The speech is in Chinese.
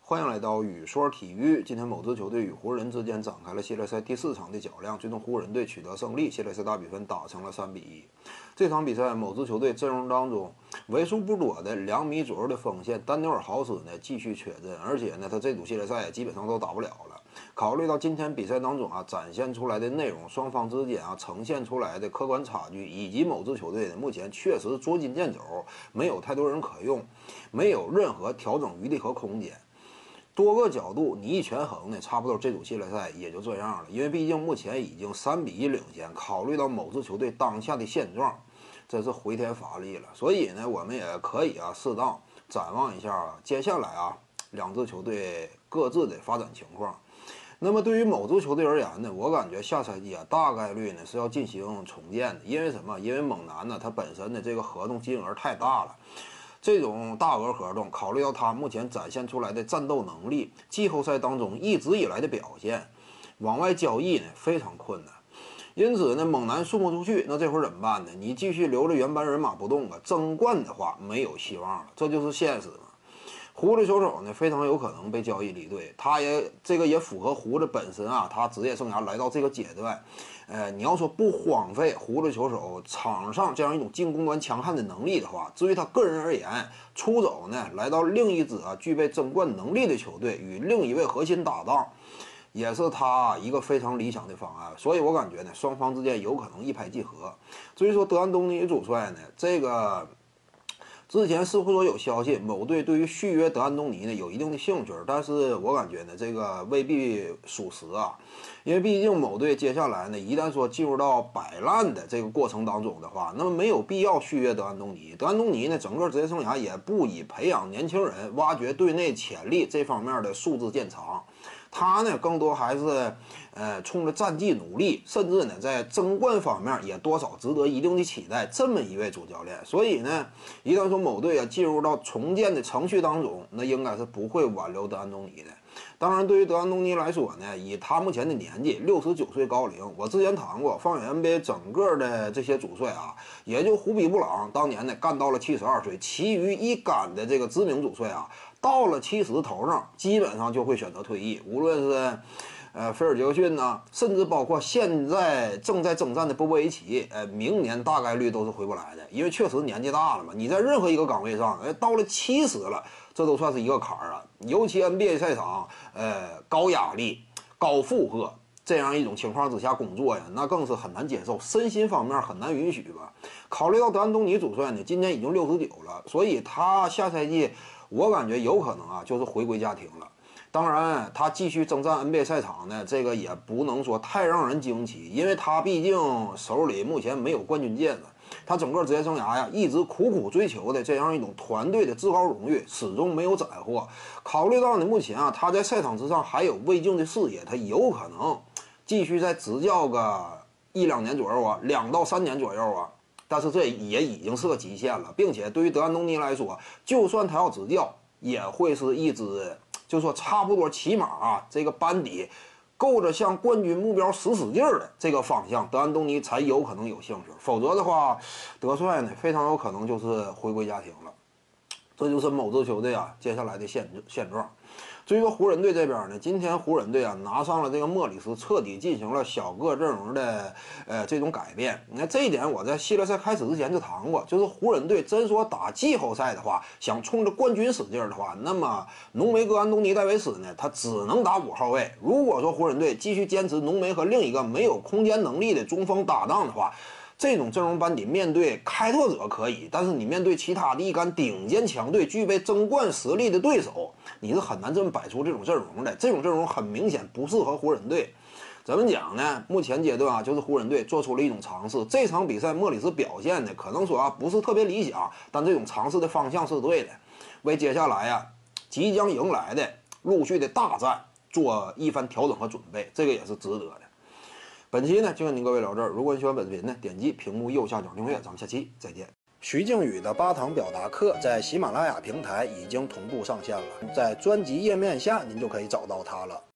欢迎来到雨说体育。今天某支球队与湖人之间展开了系列赛第4场的较量，最终湖人队取得胜利，系列赛大比分打成了3-1。这场比赛，某支球队阵容当中为数不多的2米左右的锋线丹尼尔豪斯呢继续缺阵，而且呢他这组系列赛基本上都打不了了。考虑到今天比赛当中展现出来的内容，双方之间呈现出来的客观差距，以及某支球队呢目前确实捉襟见肘，没有太多人可用，没有任何调整余地和空间。多个角度你一权衡呢，差不多这组系列赛也就这样了。因为毕竟目前已经3-1领先，考虑到某支球队当下的现状，真是回天乏力了。所以呢，我们也可以适当展望一下接下来两支球队各自的发展情况。那么对于某支球队而言呢，我感觉下赛季大概率呢是要进行重建的。因为什么？因为猛男呢，他本身的这个合同金额太大了。这种大额合同，考虑到他目前展现出来的战斗能力，季后赛当中一直以来的表现，往外交易呢非常困难。因此呢，猛男送不出去，那这会儿怎么办呢？你继续留着原班人马不动争冠的话，没有希望了，这就是现实嘛。胡子球手呢，非常有可能被交易离队，他也符合胡子本身他职业生涯来到这个阶段，你要说不荒废胡子球手场上这样一种进攻端强悍的能力的话，至于他个人而言，出走呢来到另一支具备争冠能力的球队，与另一位核心搭档，也是他一个非常理想的方案。所以我感觉呢，双方之间有可能一拍即合。至于说德安东尼主帅呢，这个之前似乎说有消息，某队对于续约德安东尼呢有一定的兴趣，但是我感觉呢这个未必属实因为毕竟某队接下来呢一旦说进入到摆烂的这个过程当中的话，那么没有必要续约德安东尼。德安东尼呢整个职业生涯也不以培养年轻人、挖掘队内潜力这方面的素质见长，他呢更多还是冲着战绩努力，甚至呢在争冠方面也多少值得一定的期待，这么一位主教练。所以呢，一旦说某队进入到重建的程序当中，那应该是不会挽留德安东尼的。当然，对于德安东尼来说呢，以他目前的年纪，69岁高龄，我之前谈过，放眼 NBA 整个的这些主帅也就胡比布朗当年呢干到了72岁，其余一干的这个知名主帅到了70头上，基本上就会选择退役。无论是菲尔杰克逊甚至包括现在正在征战的波波维奇，明年大概率都是回不来的，因为确实年纪大了嘛。你在任何一个岗位上，到了70了，这都算是一个坎儿尤其 NBA 赛场，高压力、高负荷这样一种情况之下工作那更是很难接受，身心方面很难允许吧。考虑到德安东尼主帅呢，今年已经69了，所以他下赛季我感觉有可能就是回归家庭了。当然，他继续征战 NBA 赛场呢，这个也不能说太让人惊奇，因为他毕竟手里目前没有冠军戒指，他整个职业生涯一直苦苦追求的这样一种团队的至高荣誉，始终没有斩获。考虑到呢，目前他在赛场之上还有未竟的事业，他有可能继续再执教个1-2年左右2到3年左右但是这也已经是个极限了，并且对于德安东尼来说，就算他要执教，也会是一支就说差不多起码这个班底够着向冠军目标使劲的这个方向，德安东尼才有可能有兴趣。否则的话，德帅呢非常有可能就是回归家庭了。这就是某支球队接下来的现状。至于说湖人队这边呢，今天湖人队拿上了这个莫里斯，彻底进行了小个阵容的这种改变。那这一点我在系列赛开始之前就谈过，就是湖人队真说打季后赛的话，想冲着冠军使劲的话，那么浓眉哥安东尼戴维斯呢，他只能打5号位。如果说湖人队继续坚持浓眉和另一个没有空间能力的中锋搭档的话，这种阵容班底面对开拓者可以，但是你面对其他的一干顶尖强队、具备争冠实力的对手，你是很难这么摆出这种阵容的。这种阵容很明显不适合湖人队。怎么讲呢？目前阶段就是湖人队做出了一种尝试。这场比赛莫里斯表现的可能说不是特别理想，但这种尝试的方向是对的，为接下来即将迎来的陆续的大战做一番调整和准备，这个也是值得的。本期呢就跟您各位聊这儿，如果你喜欢本视频呢，点击屏幕右下角订阅，咱们下期再见。徐静宇的8堂表达课在喜马拉雅平台已经同步上线了，在专辑页面下您就可以找到它了。